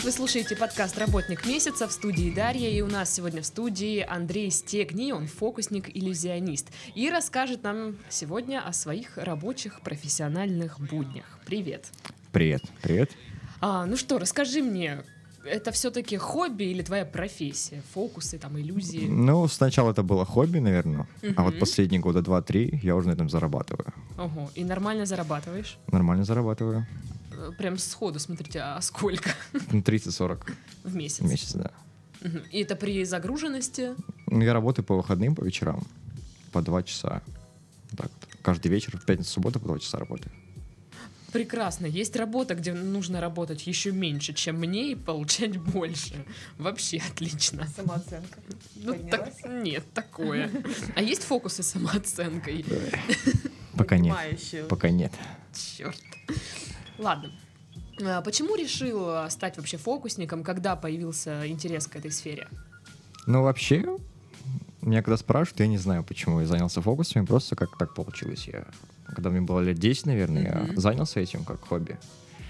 Вы слушаете подкаст «Работник месяца», в студии Дарья, и у нас сегодня в студии Андрей Стегний, он фокусник-иллюзионист, и расскажет нам сегодня о своих рабочих профессиональных буднях. Привет. Привет. Привет. Ну что, расскажи мне, это все-таки хобби или твоя профессия? Фокусы, там, иллюзии? Ну, сначала это было хобби, наверное, а вот последние года 2-3 я уже на этом зарабатываю. Ого, и нормально зарабатываешь? Нормально зарабатываю. Прям сходу, смотрите, а сколько? 30-40 в месяц? в месяц, да. И это при загруженности? Я работаю по выходным, по вечерам, по 2 часа. Так вот. Каждый вечер, в пятницу, субботу по 2 часа работаю. Прекрасно. Есть работа, где нужно работать еще меньше, чем мне, и получать больше. Вообще отлично. Самооценка. Так, нет, такое. А есть фокусы с самооценкой? Пока нет. Пока нет. Черт. Ладно. Почему решил стать вообще фокусником? Когда появился интерес к этой сфере? Ну, вообще, меня когда спрашивают, я не знаю, почему я занялся фокусами, просто как так получилось. Когда мне было лет 10, наверное, я занялся этим как хобби.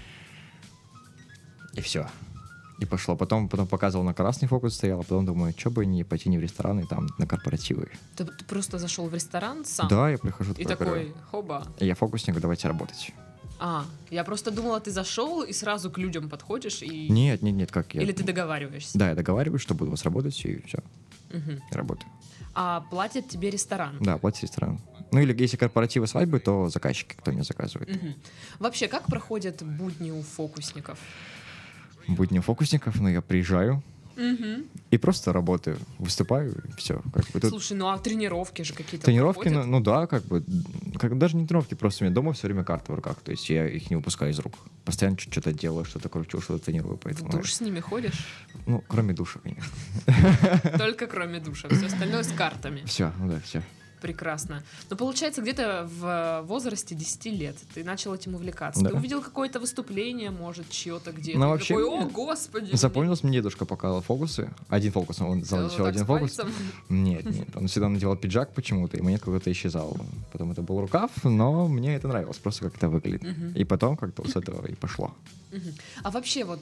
И все. И пошло. Потом показывал на красный фокус стоял, а потом думаю, что бы не пойти не в рестораны, там на корпоративы. Ты просто зашел в ресторан сам? Да, я прихожу и такой, хоба. Я фокусник, давайте работать. Я просто думала, ты зашел и сразу к людям подходишь и... Нет, как я. Или ты договариваешься? Да, я договариваюсь, что буду у вас работать, и все. Угу. Работаю. А платит тебе ресторан? Да, платит ресторан. Ну или если корпоративы, свадьбы, то заказчики, кто мне заказывает. Угу. Вообще, как проходят будни у фокусников? Будни фокусников, я приезжаю и просто работаю, выступаю, и все. Слушай, а тренировки же какие-то тренировки, проходят? Да, даже не тренировки, просто у меня дома все время карты в руках, то есть я их не выпускаю из рук. Постоянно что-то делаю, что-то кручу, что-то тренирую, поэтому... В душ с ними ходишь? Ну, кроме душа, конечно. Только кроме душа, все остальное с картами. Все, все. Прекрасно. Но получается, где-то в возрасте 10 лет ты начал этим увлекаться. Да. Ты увидел какое-то выступление, может, чье-то где-то. Ну, вообще, такой, о, господи! Запомнился, мне дедушка показывал фокусы. Один фокус, он залетел один фокус. Нет, он всегда надевал пиджак почему-то, и монет какой-то исчезал. Потом это был рукав, но мне это нравилось, просто как это выглядит. И потом как-то с этого и пошло. А вообще вот...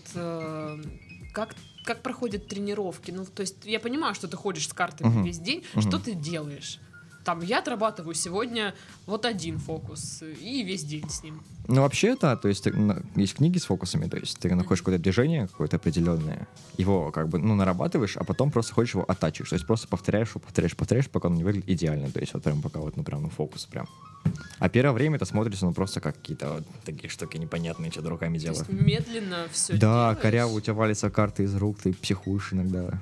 Как проходят тренировки? Ну, то есть я понимаю, что ты ходишь с картами весь день. Что ты делаешь? Там, я отрабатываю сегодня вот один фокус и весь день с ним. Ну, вообще, да, то есть есть книги с фокусами, то есть ты находишь какое-то движение, какое-то определенное, его нарабатываешь, а потом просто ходишь его оттачиваешь, то есть просто повторяешь, пока он не выглядит идеально, то есть вот прям пока фокус прям. А первое время это смотрится, просто как какие-то вот такие штуки непонятные, что-то руками делаешь. То есть медленно все да, делаешь? коряво, у тебя валятся карты из рук, ты психуешь иногда.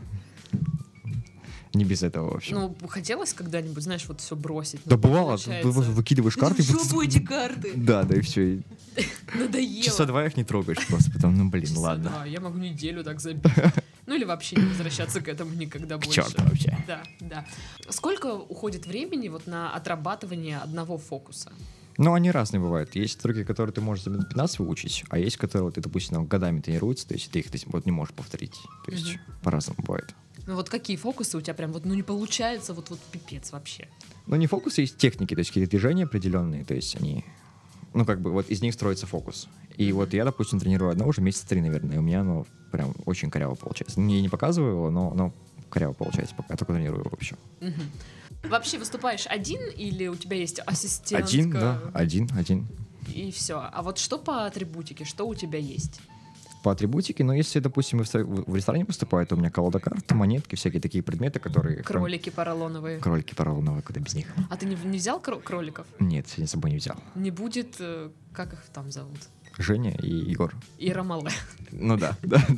Не без этого вообще. Ну, хотелось когда-нибудь, знаешь, вот все бросить. Да бывало, ты выкидываешь карты. Жопу эти карты. Да, и все. Надоело. Часа 2 их не трогаешь просто, потом, ладно. Да, я могу неделю так забить. Ну или вообще не возвращаться к этому никогда больше. К черту вообще. Да. Сколько уходит времени вот на отрабатывание одного фокуса? Ну, они разные бывают. Есть трюки, которые ты можешь за минут 15 выучить, а есть, которые ты, допустим, годами тренируются, то есть ты их не можешь повторить. То есть по-разному бывает. Ну вот какие фокусы у тебя прям не получается, вот пипец вообще? Ну не фокусы, есть техники, то есть какие-то движения определенные, то есть они, вот из них строится фокус. И вот я, допустим, тренирую одно уже месяца 3, наверное, и у меня оно прям очень коряво получается. Я не показываю его, но оно коряво получается, пока я только тренирую его вообще. Вообще выступаешь один или у тебя есть ассистентка? Один. И все. А вот что по атрибутике, что у тебя есть? По атрибутике, но если, допустим, в ресторане поступаю, то у меня колода карт, монетки, всякие такие предметы, которые... Кролики поролоновые. Кролики поролоновые, куда без них. А ты не взял кроликов? Нет, я с собой не взял. Не будет, как их там зовут? Женя и Егор. И Ромале. Ну да.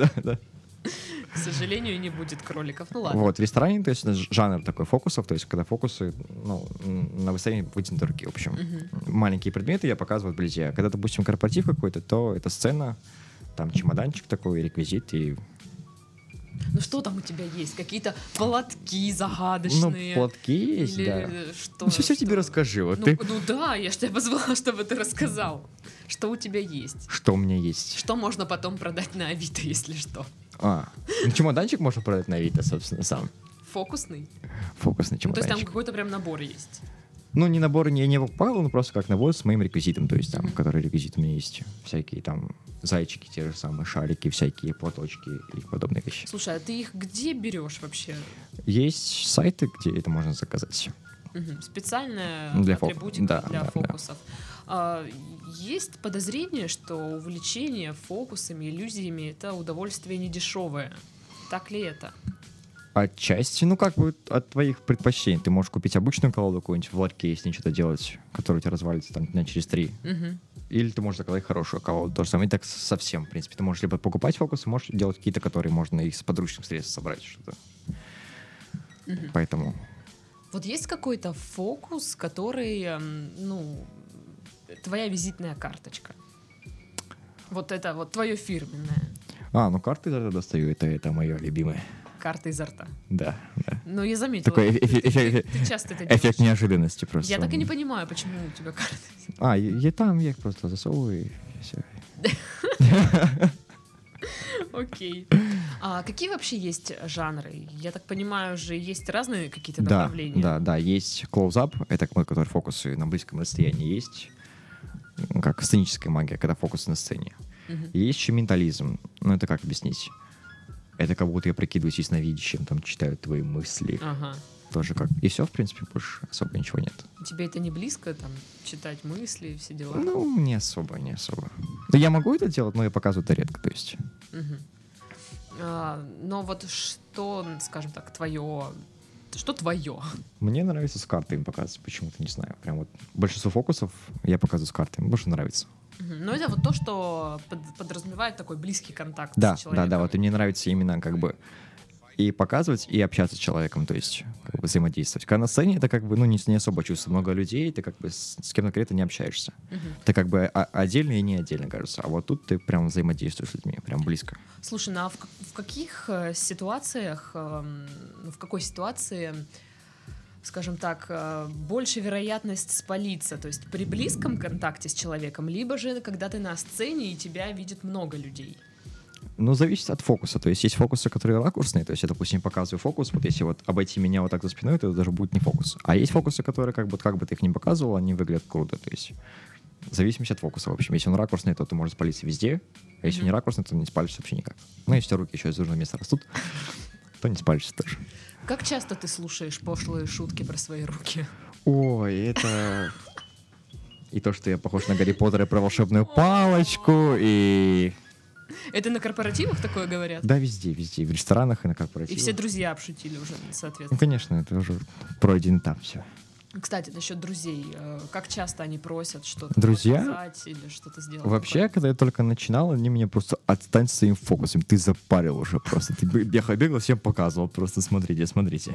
К сожалению, не будет кроликов, ну ладно. Вот, в ресторане, то есть жанр такой фокусов, то есть когда фокусы, на высоте вытянутой руки, в общем. Маленькие предметы я показываю вблизи. А когда, допустим, корпоратив какой-то, то это сцена, там чемоданчик такой, реквизит и... Ну что там у тебя есть? Какие-то платки загадочные? Ну, платки есть, или да. Что, ну, все тебе расскажи. Вот ну, ты... ну да, я же тебя позвала, чтобы ты рассказал. Что у тебя есть? Что у меня есть? Что можно потом продать на Авито, если что? Ну чемоданчик можно продать на Авито, собственно, сам. Фокусный? Фокусный Ну, то есть чемоданчик. там какой-то прям набор есть? Ну, не набор я не покупал, но просто как набор с моим реквизитом, то есть там, который реквизит у меня есть. Всякие там зайчики, те же самые, шарики, всякие платочки и подобные вещи. Слушай, а ты их где берешь вообще? Есть сайты, где это можно заказать. Специальная Для атрибутика для да. фокусов. Есть подозрение, что увлечение фокусами, иллюзиями — это удовольствие недешевое. Так ли это? Отчасти, ну как бы от твоих предпочтений. Ты можешь купить обычную колоду какую-нибудь в ларьке, если что-то делать, которая у тебя развалится там дня через 3. Или ты можешь заказать хорошую колоду. То же самое. И так совсем, в принципе. Ты можешь либо покупать фокусы, можешь делать какие-то, которые можно из подручных средств собрать что-то. Поэтому... Вот есть какой-то фокус, который, ну, твоя визитная карточка? Вот это вот твое фирменное. Ну карты я достаю, это мое любимое. Карта изо рта. Да. Ну, я заметила. Такой ты часто это делаешь. эффект неожиданности просто. Я так и не понимаю, почему у тебя карта. Я их просто засовываю и все. Окей. А какие вообще есть жанры? Я так понимаю, же есть разные какие-то направления. Да. Есть close-up, это который фокусы на близком расстоянии есть. Как сценическая магия, когда фокус на сцене. Есть еще ментализм. Ну, это как объяснить? Это как будто я прикидываюсь ясновидящим, там читаю твои мысли. Тоже как. И все, в принципе, больше особо ничего нет. Тебе это не близко, там, читать мысли и все дела? Ну, не особо. Да я могу это делать, но я показываю это редко, то есть. Но вот что, скажем так, твое... Что твое? Мне нравится с картами показывать, почему-то, не знаю. Прям вот большинство фокусов я показываю с картами, больше нравится. Ну, это вот то, что подразумевает такой близкий контакт с человеком. Да, вот и мне нравится именно как бы и показывать, и общаться с человеком, то есть как бы взаимодействовать. Когда на сцене это как бы, не особо чувствуется. Много людей, ты как бы с кем конкретно не общаешься. Ты как бы отдельно и не отдельно, кажется. А вот тут ты прям взаимодействуешь с людьми, прям близко. Слушай, ну а в каких ситуациях, в какой ситуации, скажем так, больше вероятность спалиться? То есть при близком контакте с человеком, либо же когда ты на сцене и тебя видит много людей? Ну, зависит от фокуса. То есть фокусы, которые ракурсные. То есть я, допустим, показываю фокус. Вот если вот обойти меня вот так за спиной, то это даже будет не фокус. А есть фокусы, которые как бы ты их не показывал, они выглядят круто. То есть в зависимости от фокуса, в общем. Если он ракурсный, то ты можешь спалиться везде. А если не ракурсный, то не спалишься вообще никак. Ну, если у тебя руки еще из нужного места растут, то не спалишься тоже. Как часто ты слушаешь пошлые шутки про свои руки? Ой, это... И то, что я похож на Гарри Поттера про волшебную палочку, и... Это на корпоративах такое говорят? Да, везде. В ресторанах и на корпоративах. И все друзья обшутили уже, соответственно. Ну, конечно, это уже пройден этап все. Кстати, насчет друзей. Как часто они просят что-то показать или что-то сделать? Вообще, когда я только начинал, они меня просто отстань с своим фокусом. Ты запарил уже просто. Ты бегал, всем показывал. Просто смотрите.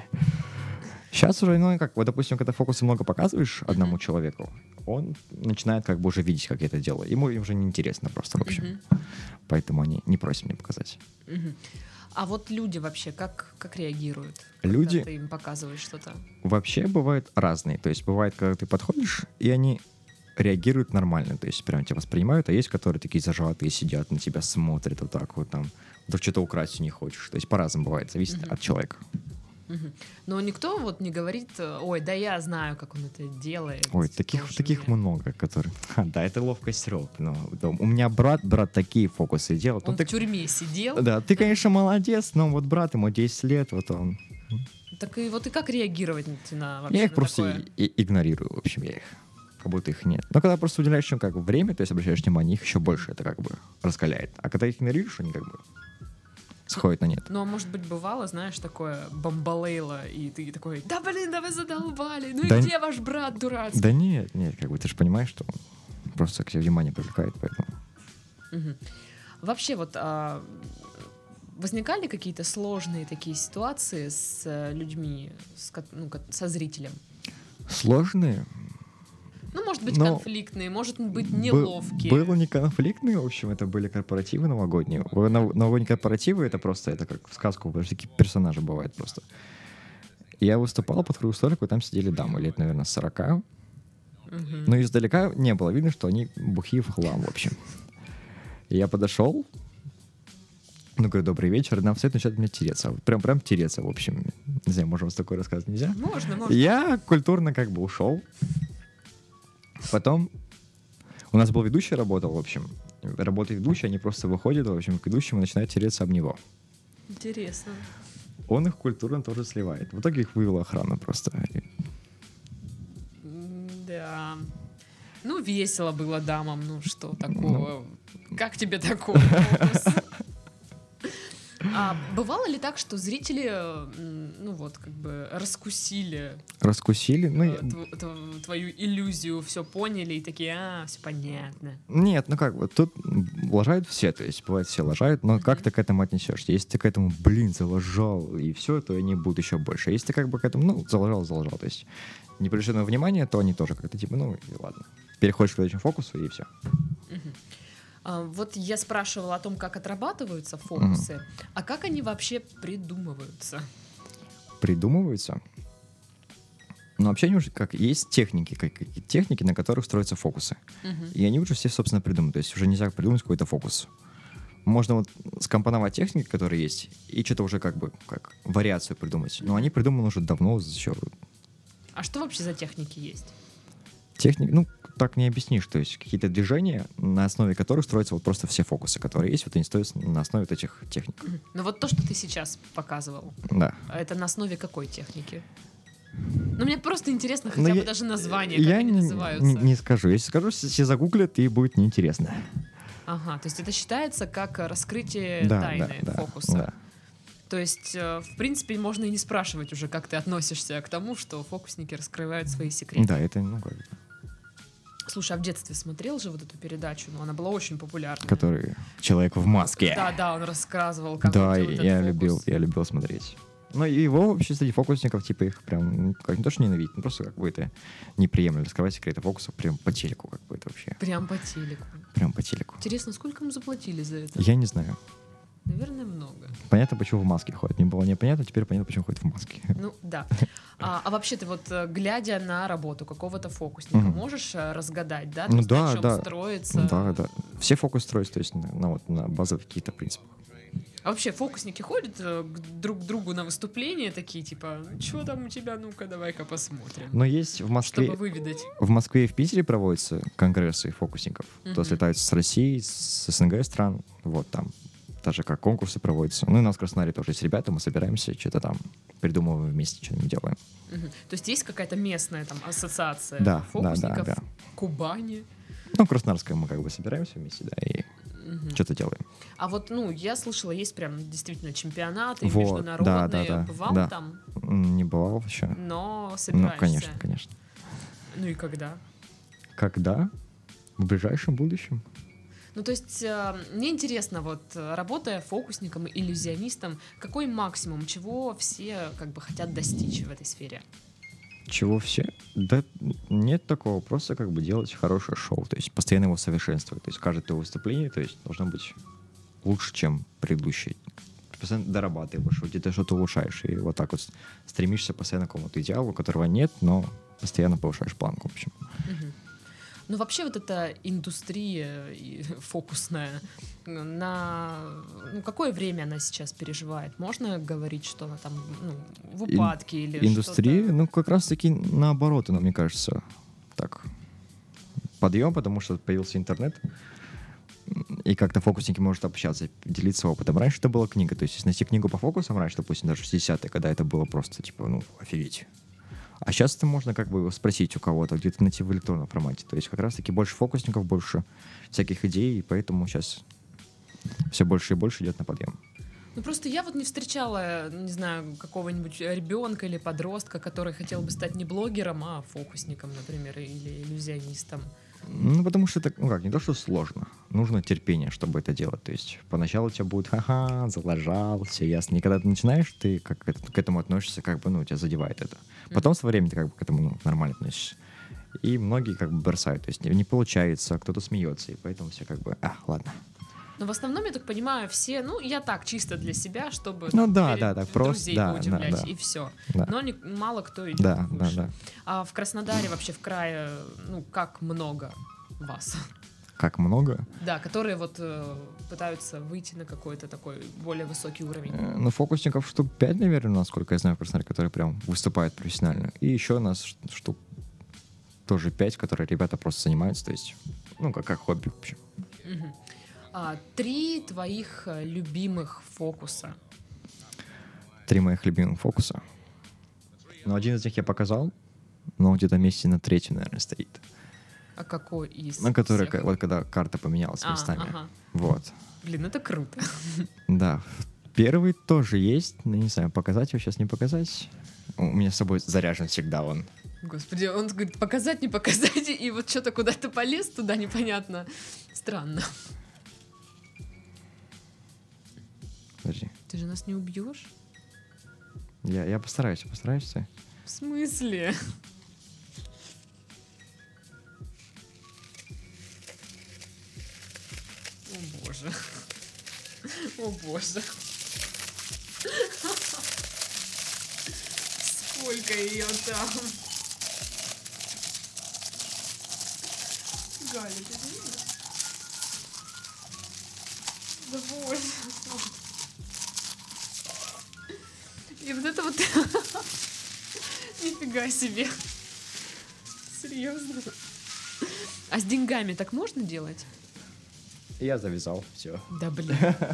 Сейчас уже, как, вот, допустим, когда фокусы много показываешь одному человеку, он начинает как бы уже видеть, как я это делаю. Ему уже неинтересно просто, в общем. Поэтому они не просят мне показать. А вот люди вообще как реагируют, люди когда ты им показываешь что-то? Вообще бывают разные. То есть бывает, когда ты подходишь, и они реагируют нормально. То есть прям тебя воспринимают, а есть, которые такие зажатые, сидят на тебя, смотрят вот так вот там. Вдруг что-то украсть не хочешь. То есть по-разному бывает, зависит от человека. Но никто вот не говорит, ой, да я знаю, как он это делает. Ой, таких много, которые... Да, это ловкость Роб. Но у меня брат такие фокусы делал. Он в тюрьме сидел. Да, ты, конечно, молодец, но вот брат, ему 10 лет, вот он... Так и вот и как реагировать на вообще? Я их просто игнорирую, в общем, я их. Как будто их нет. Но когда просто уделяешь им как бы время, то есть обращаешь внимание, их еще больше это как бы раскаляет. А когда их игнорируешь, они как бы сходит на нет. Ну, а может быть, бывало, знаешь, такое бомбалейло, и ты такой, да блин, да вы задолбали, ну и где ваш брат дурацкий? Да нет, как бы ты же понимаешь, что он просто к себе внимание привлекает, поэтому... Вообще вот возникали какие-то сложные такие ситуации с людьми, со зрителем? Сложные? Ну, может быть, конфликтные, может быть, неловкие. Было не конфликтные, в общем, это были корпоративы новогодние. Новогодние корпоративы, это просто, это как в сказку, потому что такие персонажи бывают просто. Я выступал под круглым столиком, и там сидели дамы лет, наверное, 40. Но издалека не было видно, что они бухие в хлам, в общем. И я подошел, говорю, добрый вечер, и нам вслед начинают меня тереться. Прям тереться, в общем. Не знаю, можем с такой рассказать, нельзя? Можно. Я культурно как бы ушел. Потом у нас был ведущий, работал, в общем. Работает ведущий, они просто выходят, в общем, к ведущему и начинают тереться об него. Интересно. Он их культурно тоже сливает. В итоге их вывела охрана просто. Да. Ну, весело было дамам, ну что такого? Как тебе такой фокус? А бывало ли так, что зрители, ну вот, как бы раскусили твою иллюзию, все поняли и такие, все понятно? Нет, ну как бы, тут лажают все, то есть бывает все лажают, но как ты к этому отнесешься? Если ты к этому, залажал, и все, то они будут еще больше. Если ты как бы к этому, залажал, то есть не пришли внимание, то они тоже как-то типа, и ладно. Переходишь к следующему фокусу, и все. Вот я спрашивала о том, как отрабатываются фокусы, а как они вообще придумываются? Придумываются? Ну, вообще они уже как есть техники, на которых строятся фокусы. И они уже все, собственно, придуманы. То есть уже нельзя придумать какой-то фокус. Можно вот скомпоновать техники, которые есть, и что-то уже как вариацию придумать. Но они придуманы уже давно. Еще. А что вообще за техники есть? Техники, так не объяснишь. То есть какие-то движения, на основе которых строятся вот просто все фокусы, которые есть, вот они строятся на основе вот этих техник. Ну вот то, что ты сейчас показывал, да. Это на основе какой техники? Мне просто интересно хотя бы даже название, как они называются. Не скажу. Если скажу, все загуглят, и будет неинтересно. Ага, то есть это считается как раскрытие тайны фокуса. Да. То есть, в принципе, можно и не спрашивать уже, как ты относишься к тому, что фокусники раскрывают свои секреты. Да, это, Слушай, а в детстве смотрел же вот эту передачу, она была очень популярна. Который «Человек в маске». Да, он рассказывал, как он делает этот фокус. Я любил смотреть. Но его вообще среди фокусников, типа, их прям, как не то, что ненавидеть, но просто как бы это неприемлемо. Раскрывать секреты фокусов прям по телеку, как бы это вообще. Прям по телеку. Прям по телеку. Интересно, сколько ему заплатили за это? Я не знаю. Наверное, много. Понятно, почему в маске ходит. Не было непонятно, теперь понятно, почему ходит в маске. Ну, да. А вообще ты вот, глядя на работу какого-то фокусника, можешь разгадать, да? На чем строится? Да. Все фокусы строятся, то есть на базовых каких-то принципах. А вообще фокусники ходят друг к другу на выступления такие, типа, что там у тебя, ну-ка, давай-ка посмотрим. Но есть в Москве... Чтобы выведать. В Москве и в Питере проводятся конгрессы фокусников. То есть летают с России, с СНГ стран, вот там. Даже как конкурсы проводятся. Ну и у нас в Краснодаре тоже есть ребята, мы собираемся, что-то там придумываем вместе, что-нибудь делаем. То есть есть какая-то местная там ассоциация фокусников да. Кубани? Ну, Краснодарская мы как бы собираемся вместе, да, и что-то делаем. А вот, я слышала, есть прям действительно чемпионаты международные. Да. Бывал там? Не бывал еще. Но собираешься? Ну, конечно. Ну и когда? Когда? В ближайшем будущем. Ну, то есть, мне интересно, вот, работая фокусником, иллюзионистом, какой максимум, чего все как бы хотят достичь в этой сфере? Чего все? Да нет такого, просто как бы делать хорошее шоу, то есть постоянно его совершенствовать. То есть каждое твое выступление, то есть должно быть лучше, чем предыдущее. Постоянно дорабатываешь, где-то что-то улучшаешь, и вот так вот стремишься постоянно к какому-то идеалу, которого нет, но постоянно повышаешь планку, в общем. Ну, вообще вот эта индустрия фокусная, какое время она сейчас переживает? Можно говорить, что она там в упадке или индустрия, что-то? как раз-таки наоборот, мне кажется, так, подъем, потому что появился интернет, и как-то фокусники могут общаться, делиться опытом. Раньше это была книга, то есть найти книгу по фокусам раньше, допустим, даже 60-е, когда это было просто, типа, офигеть. А сейчас это можно как бы спросить у кого-то, где-то найти в электронном формате. То есть как раз-таки больше фокусников, больше всяких идей, и поэтому сейчас все больше и больше идет на подъем. Ну просто я вот не встречала, не знаю, какого-нибудь ребенка или подростка, который хотел бы стать не блогером, а фокусником, например, или иллюзионистом. Ну, потому что это, не то, что сложно. Нужно терпение, чтобы это делать. То есть поначалу у тебя будет ха-ха, залажал, все ясно. И когда ты начинаешь, ты как к этому относишься, как бы, тебя задевает это. Потом со временем ты как бы к этому нормально относишься. И многие как бы бросают. То есть не получается, кто-то смеется. И поэтому все как бы, ладно. Но в основном, я так понимаю, все, я так, чисто для себя, чтобы так друзей просто, поудивлять, и все. Да. Но мало кто идет выше. Да. А в Краснодаре вообще в крае, как много вас? как много. Да, которые вот пытаются выйти на какой-то такой более высокий уровень. Ну, фокусников штук 5, наверное, насколько я знаю в Краснодаре, которые прям выступают профессионально. И еще у нас штук тоже 5, которые ребята просто занимаются, то есть, ну, как хобби вообще. 3 твоих любимых фокуса. 3 моих любимых фокуса. Ну, один из них я показал, но где-то месте на 3, наверное, стоит. А какой из На который, всех? вот когда карта поменялась местами. Ага. Вот. Блин, это круто. Да. Первый тоже есть, но не знаю, показать его сейчас, не показать. У меня с собой заряжен всегда он. Господи, он говорит, показать, не показать, и вот что-то куда-то полез туда, непонятно. Странно. Подожди. Ты же нас не убьешь? Я постараюсь. В смысле? О боже. О боже. Сколько ее там? Галя, ты видишь? Да боже. И вот это вот... Нифига себе. Серьезно. А с деньгами так можно делать? Я завязал, все. Да блин.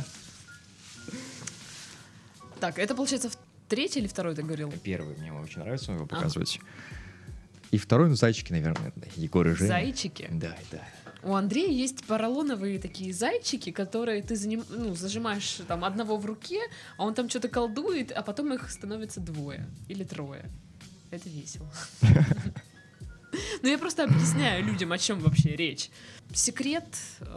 Так, это получается 3-й или 2-й ты говорил? Первый, мне очень нравится его показывать. И второй, ну, зайчики, наверное, Егор и Женя. Зайчики? Да. У Андрея есть поролоновые такие зайчики, которые ты зажимаешь там одного в руке, а он там что-то колдует, а потом их становится 2 или 3. Это весело. Ну, я просто объясняю людям, о чем вообще речь. Секрет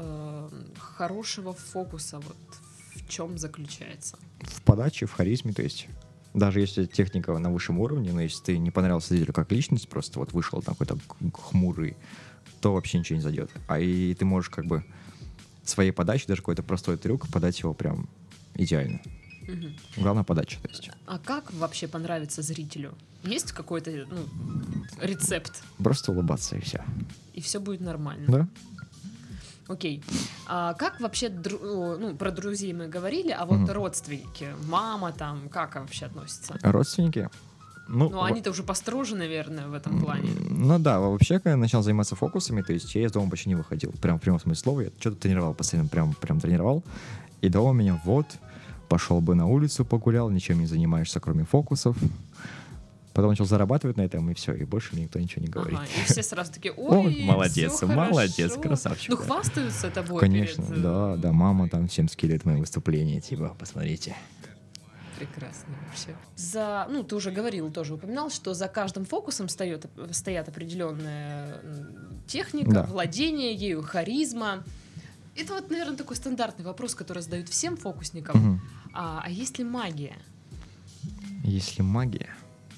хорошего фокуса вот в чем заключается? В подаче, в харизме, то есть даже если техника на высшем уровне, но если ты не понравился зрителю как личность, просто вот вышел там какой-то хмурый, то вообще ничего не зайдет. А и ты можешь как бы своей подачей, даже какой-то простой трюк, подать его прям идеально. Главное подача, то есть. А как вообще понравится зрителю? Есть какой-то рецепт? Просто улыбаться и все. И все будет нормально. Да? Окей. А как вообще, про друзей мы говорили, а вот родственники, мама там, как вообще относятся? Родственники? Ну, они-то уже построже, наверное, в этом плане. Ну да, вообще, когда я начал заниматься фокусами, то есть я из дома почти не выходил. Прям в прямом смысле слова, я что-то тренировал постоянно, прям тренировал. И дома меня пошел бы на улицу, погулял, ничем не занимаешься, кроме фокусов. Потом начал зарабатывать на этом, и все, и больше мне никто ничего не говорит. Ага, и все сразу такие, ой, молодец, всё молодец, хорошо. красавчик. Ну, хвастаются тобой. Конечно, перед... да, мама там всем скидывает мои выступления, типа, посмотрите. Прекрасно вообще. Ты уже говорил, тоже упоминал, что за каждым фокусом стоят определенная техника, Да. владение ею, харизма. Это вот, наверное, такой стандартный вопрос, который задают всем фокусникам. Угу. А есть ли магия? Если магия?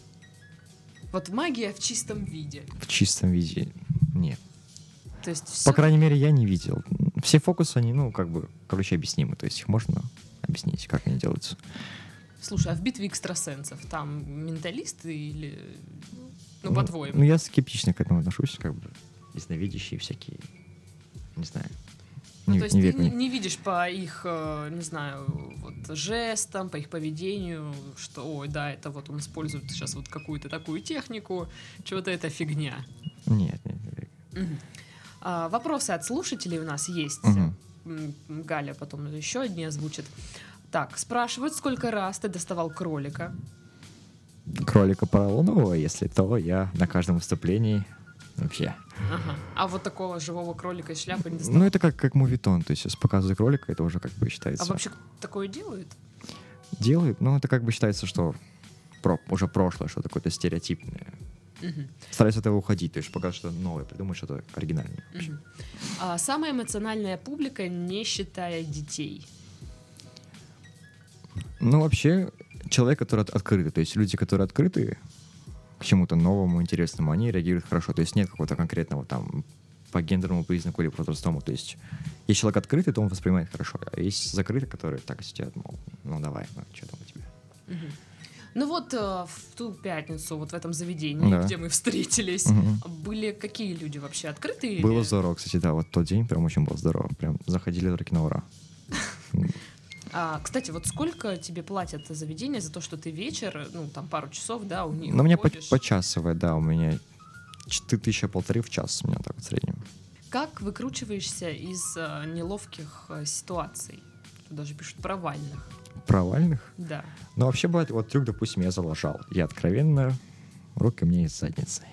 Вот магия в чистом виде. В чистом виде нет. То есть всё... По крайней мере, я не видел. Все фокусы, они, объяснимы. То есть их можно объяснить, как они делаются. Слушай, а в битве экстрасенсов там менталисты или... по-твоему? Ну, я скептично к этому отношусь, ясновидящие всякие, не знаю. То есть ты не видишь по их, не знаю, вот жестам, по их поведению, что, ой, да, это вот он использует сейчас вот какую-то такую технику, чего-то это фигня. Нет. Вопросы от слушателей у нас есть. Галя потом еще одни озвучит. Так, спрашивают, сколько раз ты доставал кролика? Кролика поролонового, если то, я на каждом выступлении вообще. Ага. А вот такого живого кролика из шляпы не доставал? Ну, это как мувитон, то есть если показывать кролика, это уже считается... А вообще такое делают? Делают, но это считается, что уже прошлое, что-то какое-то стереотипное. Стараюсь от этого уходить, то есть показывать что-то новое, придумать что-то оригинальное. А самая эмоциональная публика, не считая детей? Ну, вообще, человек, который открытый, то есть люди, которые открыты к чему-то новому, интересному, они реагируют хорошо, то есть нет какого-то конкретного там по гендерному признаку или по возрастному, то есть если человек открытый, то он воспринимает хорошо, а есть закрытый, который так сидят, мол, ну давай, что там у тебя? Ну вот в ту пятницу, вот в этом заведении, Да. где мы встретились, Мгм. были какие люди вообще? Открытые? Было или- здорово, кстати, да, вот тот день прям очень было здорово. Прям заходили только на ура. Кстати, вот сколько тебе платят заведение за то, что ты вечер, ну, там, пару часов, да, у них Ну, у меня ходишь? почасовая, да, у меня 1500 в час, у меня так в среднем. Как выкручиваешься из неловких ситуаций? Тут даже пишут провальных. Провальных? Да. Ну, вообще бывает, вот трюк, допустим, я залажал. Я откровенно, руки мне из задницы.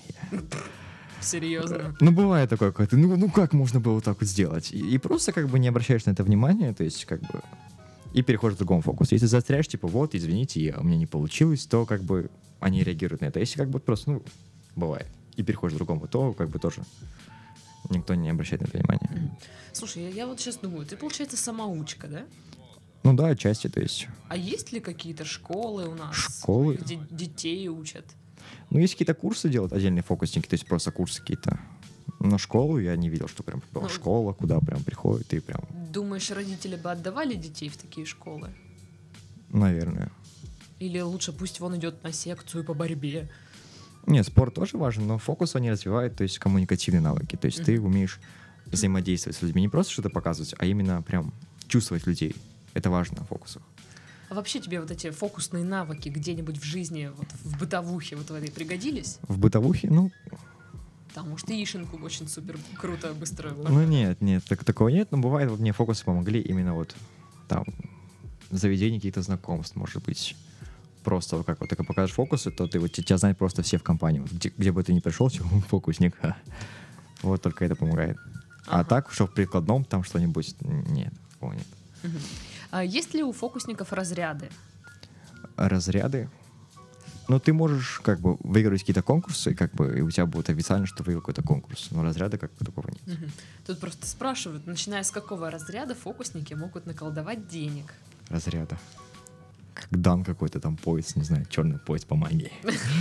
Серьезно. Ну, бывает такое какое-то, ну как можно было вот так вот сделать? И просто как бы не обращаешь на это внимания, то есть как бы... И переходишь в другом фокус. Если застряешь, типа, вот, извините, у меня не получилось, то как бы они реагируют на это. Если как бы просто, ну, бывает, и переходишь к другому, то как бы тоже никто не обращает на это внимания. Слушай, я вот сейчас думаю, ты, получается, самоучка, да? Ну да, отчасти, то есть... А есть ли какие-то школы у нас? Школы? Где детей учат? Ну, есть какие-то курсы делают, отдельные фокусники, то есть просто курсы какие-то. Но школу я не видел, что прям была Ну, школа, куда прям приходит и прям, Думаешь, родители бы отдавали детей в такие школы? наверное. Или лучше пусть вон идет на секцию по борьбе? Нет, спорт тоже важен, но фокус они развивают, то есть коммуникативные навыки. То есть ты умеешь взаимодействовать с людьми, не просто что-то показывать, а именно прям чувствовать людей. Это важно в фокусах. А вообще тебе вот эти фокусные навыки где-нибудь в жизни, вот в бытовухе вот в этой пригодились? В бытовухе, ну, Там, может, яишенку очень супер круто, быстро... ну нет, такого нет, но бывает, вот мне фокусы помогли именно вот там в заведении каких-то знакомств, может быть. Просто вот как вот ты покажешь фокусы, то ты вот тебя знают просто все в компании. Вот где бы ты ни пришел, фокусник. Вот только это помогает. А Ага. так, что в прикладном там что-нибудь, нет, такого нет. Мгм. А есть ли у фокусников разряды? Разряды. Ну, ты можешь как бы выиграть какие-то конкурсы, как бы, и у тебя будет официально, что выиграл какой-то конкурс. Но разряда как бы такого нет. Мгм. Тут просто спрашивают, начиная с какого разряда фокусники могут наколдовать денег? Разряда. Как дан какой-то там пояс, не знаю, черный пояс по магии.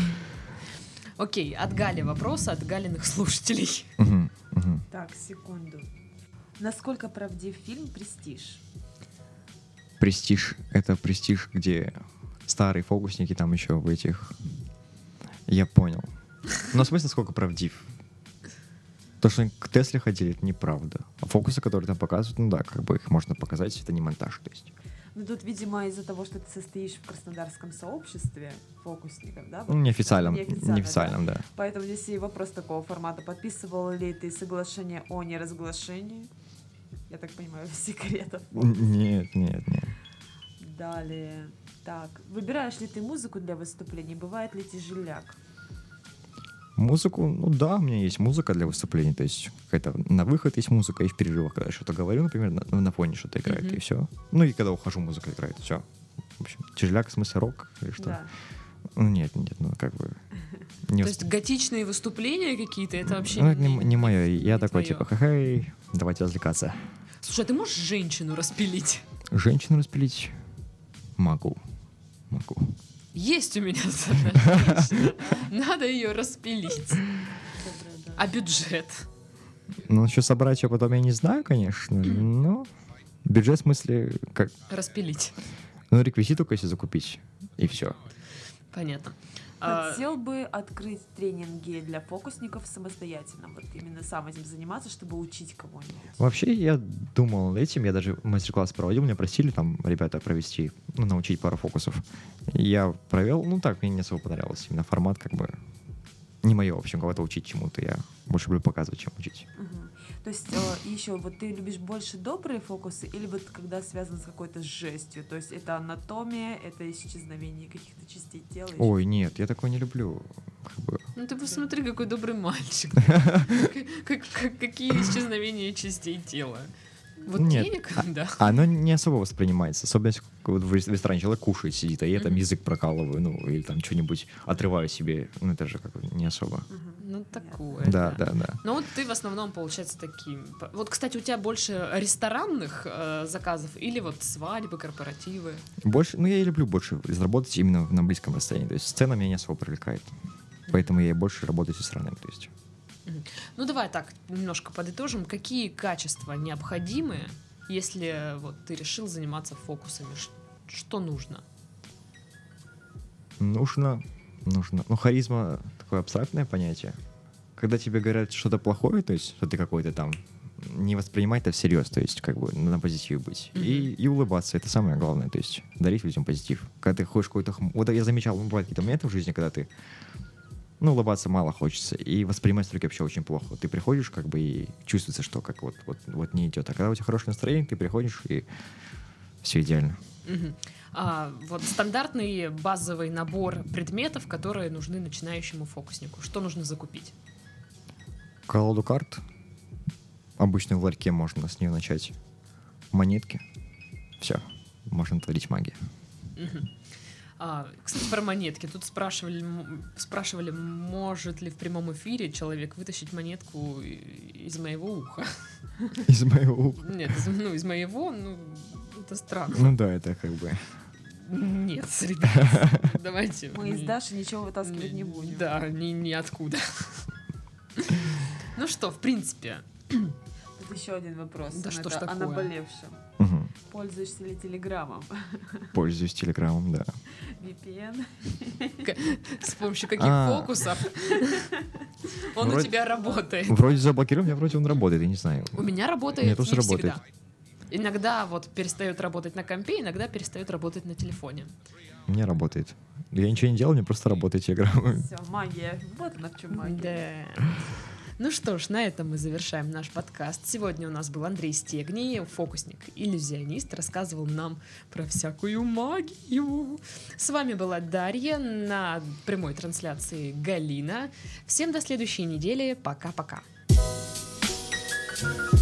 Окей, от Гали вопрос, от Галиных слушателей. Мгм, мгм. Так, секунду. Насколько правдив фильм «Престиж»? Престиж. Это престиж, где старые фокусники там еще в этих... Я понял. Но в смысле, сколько правдив? То, что они к Тесле ходили, это неправда. А фокусы, которые там показывают, ну да, как бы их можно показать, это не монтаж, то есть. Ну, тут, видимо, из-за того, что ты состоишь в краснодарском сообществе фокусников, да? Ну, неофициальном, Неофициально, неофициальном, да. Поэтому здесь и вопрос такого формата. Подписывал ли ты соглашение о неразглашении? Я так понимаю, секретов. Нет. Далее. Так, выбираешь ли ты музыку для выступлений? Бывает ли тяжеляк? Музыку, ну да, у меня есть музыка для выступлений, то есть какая-то на выход есть музыка, и в перерывах, когда я что-то говорю, например, на фоне что-то играет, Мгм. и все. Ну и когда ухожу, музыка играет, все. В общем, тяжеляк, в смысле рок или что? Да. Ну нет, ну как бы... Не То есть готичные выступления какие-то, это вообще ну, это не мое. Я не такой, твоё. типа, хе-хей, давайте развлекаться. Слушай, а ты можешь женщину распилить? Женщину распилить? Могу. Есть у меня одна женщина. Надо ее распилить. Доброе, да. А бюджет? Ну, еще собрать ее потом я не знаю, конечно, но... Бюджет в смысле, как... Распилить. Ну, реквизит только если закупить, и все. Понятно. Хотел бы открыть тренинги для фокусников самостоятельно, вот именно сам этим заниматься, чтобы учить кого-нибудь. Вообще, я думал над этим, я даже мастер-класс проводил, меня просили там ребята провести, ну, научить пару фокусов. Я провел, ну так, мне не особо понравилось. Именно формат как бы не мое, в общем, кого-то учить чему-то. Я больше люблю показывать, чем учить. Мгм. То есть еще вот ты любишь больше добрые фокусы или вот когда связано с какой-то жестью? То есть это анатомия, это исчезновение каких-то частей тела? ещё? Ой, нет, я такое не люблю. Как бы. Ну ты посмотри, какой добрый мальчик. Какие исчезновения частей тела. Вот Нет. денег, да. Оно не особо воспринимается. Особенно если вот в ресторане человек кушает, сидит, а я там язык прокалываю, ну, или там что-нибудь отрываю себе. Ну, это же как бы не особо. Мгм. Ну такое. Да. Ну вот ты в основном, получается, таким. Вот, кстати, у тебя больше ресторанных заказов или вот свадьбы, корпоративы? Больше, ну, я и люблю больше заработать именно на близком расстоянии. То есть сцена меня не особо привлекает. Поэтому я и больше работаю с ресторанами. То есть. Ну давай так, немножко подытожим. Какие качества необходимы, если вот ты решил заниматься фокусами? Что нужно? Нужно. Ну, харизма — такое абстрактное понятие. Когда тебе говорят что-то плохое, то есть, что ты какой-то там, не воспринимать это всерьез, то есть, как бы на позитиве быть. И улыбаться — это самое главное, то есть, дарить людям позитив. Когда ты ходишь какой-то... Вот я замечал, бывают какие-то моменты в жизни, когда ты, ну, улыбаться мало хочется, и воспринимать только вообще очень плохо. Ты приходишь, как бы, и чувствуется, что как вот не идет. А когда у тебя хорошее настроение, ты приходишь, и все идеально. Вот стандартный базовый набор предметов, которые нужны начинающему фокуснику. Что нужно закупить? Колоду карт. Обычно в ларьке можно с нее начать. Монетки. Все. Можно творить магию. Кстати, про монетки. Тут спрашивали, может ли в прямом эфире человек вытащить монетку из моего уха. Из моего уха? Нет, из моего, это странно. Ну да, это как бы... Нет, ребят, давайте. Мы из Даши ничего вытаскивать не будем. Да, ниоткуда. Ну что, в принципе... Тут еще один вопрос. Да что ж такое? О наболевшем. Угу. Пользуешься ли Телеграмом? Пользуюсь Телеграмом, да. VPN? С помощью каких фокусов он у тебя работает? Вроде заблокирован, вроде он работает, я не знаю. У меня работает Мне тоже не работает. всегда. Иногда вот перестает работать на компе, иногда перестает работать на телефоне. У меня работает. Я ничего не делал, мне просто работает Телеграм. Все, магия. Вот она в чем магия. Да. Ну что ж, на этом мы завершаем наш подкаст. Сегодня у нас был Андрей Стегний, фокусник, иллюзионист, рассказывал нам про всякую магию. С вами была Дарья, на прямой трансляции Галина. Всем до следующей недели. Пока-пока.